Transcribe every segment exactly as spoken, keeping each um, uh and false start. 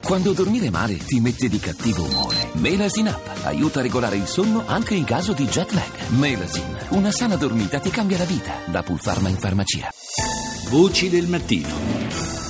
Quando dormire male ti mette di cattivo umore, Melasin Up aiuta a regolare il sonno anche in caso di jet lag. Melasin, una sana dormita ti cambia la vita. Da Pulpharma in farmacia. Voci del mattino.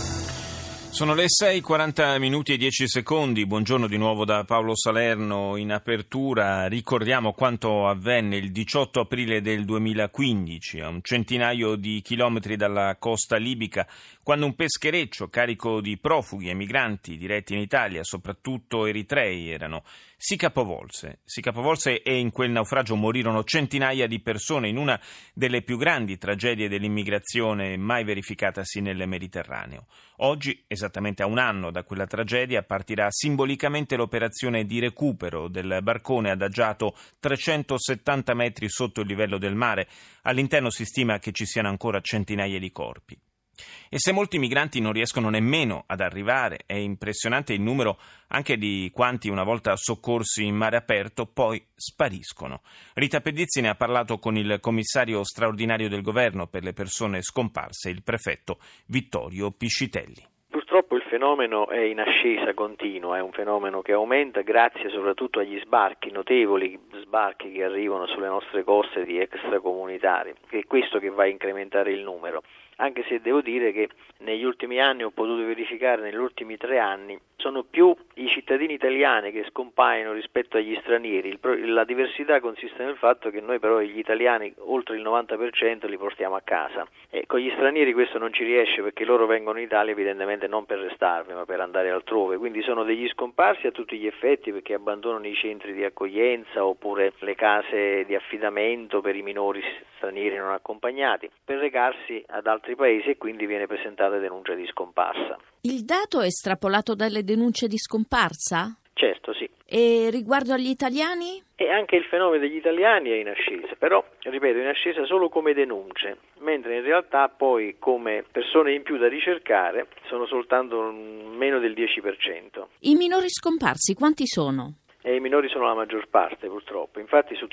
Sono le sei e quaranta minuti e dieci secondi. Buongiorno di nuovo da Paolo Salerno. In apertura ricordiamo quanto avvenne il diciotto aprile del duemilaquindici, a un centinaio di chilometri dalla costa libica, quando un peschereccio carico di profughi e migranti diretti in Italia, soprattutto eritrei erano, si capovolse. Si capovolse e in quel naufragio morirono centinaia di persone in una delle più grandi tragedie dell'immigrazione mai verificatasi nel Mediterraneo. Oggi, esattamente a un anno da quella tragedia, partirà simbolicamente l'operazione di recupero del barcone adagiato trecentosettanta metri sotto il livello del mare. All'interno si stima che ci siano ancora centinaia di corpi. E se molti migranti non riescono nemmeno ad arrivare, è impressionante il numero anche di quanti, una volta soccorsi in mare aperto, poi spariscono. Rita Pedizzi ne ha parlato con il commissario straordinario del governo per le persone scomparse, il prefetto Vittorio Piscitelli. Purtroppo il fenomeno è in ascesa continua, è un fenomeno che aumenta grazie soprattutto agli sbarchi, notevoli sbarchi che arrivano sulle nostre coste di extracomunitari. È questo che va a incrementare il numero. Anche se devo dire che negli ultimi anni, ho potuto verificare negli ultimi tre anni, sono più i cittadini italiani che scompaiono rispetto agli stranieri. Il, la diversità consiste nel fatto che noi però gli italiani oltre il novanta per cento li portiamo a casa e con gli stranieri questo non ci riesce perché loro vengono in Italia evidentemente non per restarvi ma per andare altrove, quindi sono degli scomparsi a tutti gli effetti perché abbandonano i centri di accoglienza oppure le case di affidamento per i minori stranieri non accompagnati per recarsi ad altri paesi e quindi viene presentata denuncia di scomparsa. Il dato è estrapolato dalle denunce di scomparsa? Certo, sì. E riguardo agli italiani? E anche il fenomeno degli italiani è in ascesa, però, ripeto, in ascesa solo come denunce, mentre in realtà poi come persone in più da ricercare sono soltanto meno del dieci per cento. I minori scomparsi quanti sono? E i minori sono la maggior parte purtroppo, infatti su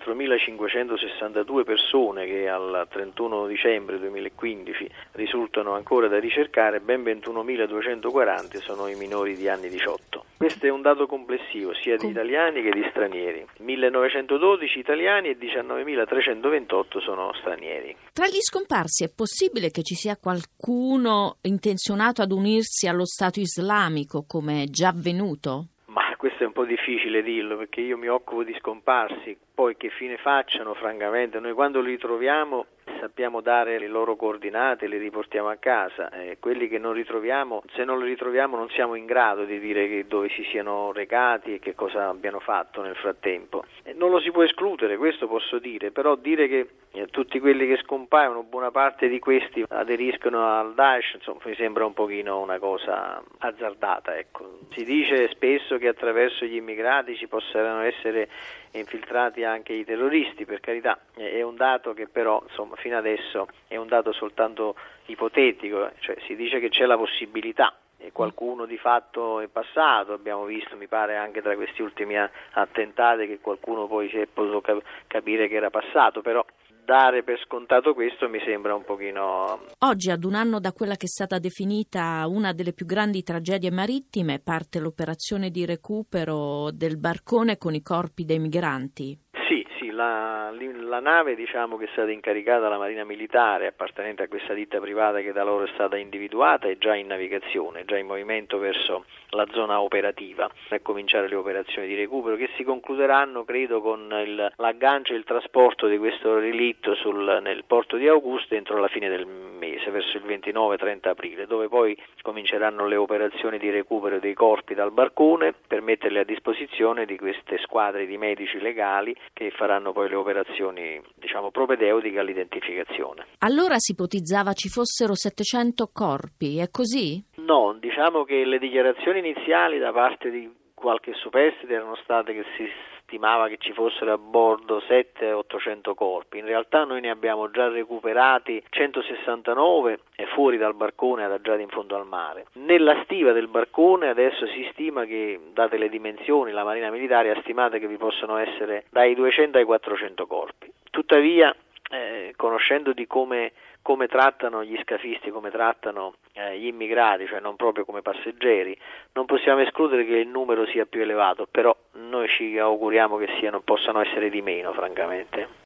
trentaquattromilacinquecentosessantadue persone che al trentuno dicembre duemilaquindici risultano ancora da ricercare, ben ventunomiladuecentoquaranta sono i minori di anni diciotto. Questo è un dato complessivo sia di italiani che di stranieri, millenovecentododici italiani e diciannovemilatrecentoventotto sono stranieri. Tra gli scomparsi è possibile che ci sia qualcuno intenzionato ad unirsi allo Stato islamico come è già avvenuto? Questo è un po' difficile dirlo perché io mi occupo di scomparsi, poi che fine facciano francamente, noi quando li ritroviamo sappiamo dare le loro coordinate, li riportiamo a casa, eh, quelli che non ritroviamo, se non li ritroviamo non siamo in grado di dire che dove si siano recati e che cosa abbiano fatto nel frattempo. Eh, non lo si può escludere, questo posso dire, però dire che eh, tutti quelli che scompaiono, buona parte di questi aderiscono al Daesh, insomma mi sembra un pochino una cosa azzardata, ecco. Si dice spesso che attraverso gli immigrati ci possano essere infiltrati anche i terroristi, per carità, è un dato che però insomma fino adesso è un dato soltanto ipotetico, cioè si dice che c'è la possibilità e qualcuno di fatto è passato, abbiamo visto mi pare anche tra questi ultimi attentati che qualcuno poi si è potuto cap- capire che era passato, però dare per scontato questo mi sembra un pochino... Oggi, ad un anno da quella che è stata definita una delle più grandi tragedie marittime, parte l'operazione di recupero del barcone con i corpi dei migranti. Sì, sì, la, la nave diciamo che è stata incaricata dalla Marina Militare, appartenente a questa ditta privata che da loro è stata individuata, è già in navigazione, è già in movimento verso la zona operativa per cominciare le operazioni di recupero che si concluderanno credo con il, l'aggancio e il trasporto di questo relitto sul, nel porto di Augusta entro la fine del mese, verso il ventinove trenta aprile, dove poi cominceranno le operazioni di recupero dei corpi dal barcone per metterli a disposizione di queste squadre di medici legali che faranno poi le operazioni, diciamo, propedeutiche all'identificazione. Allora si ipotizzava ci fossero settecento corpi, è così? No, diciamo che le dichiarazioni iniziali da parte di qualche superstite erano state che si stimava che ci fossero a bordo sette ottocento corpi. In realtà noi ne abbiamo già recuperati centosessantanove e fuori dal barcone adagiati in fondo al mare. Nella stiva del barcone adesso si stima che, date le dimensioni, la Marina Militare ha stimato che vi possono essere dai duecento ai quattrocento corpi. Tuttavia, eh, conoscendo di come come trattano gli scafisti, come trattano eh, gli immigrati, cioè non proprio come passeggeri, non possiamo escludere che il numero sia più elevato, però noi ci auguriamo che siano, possano essere di meno, francamente.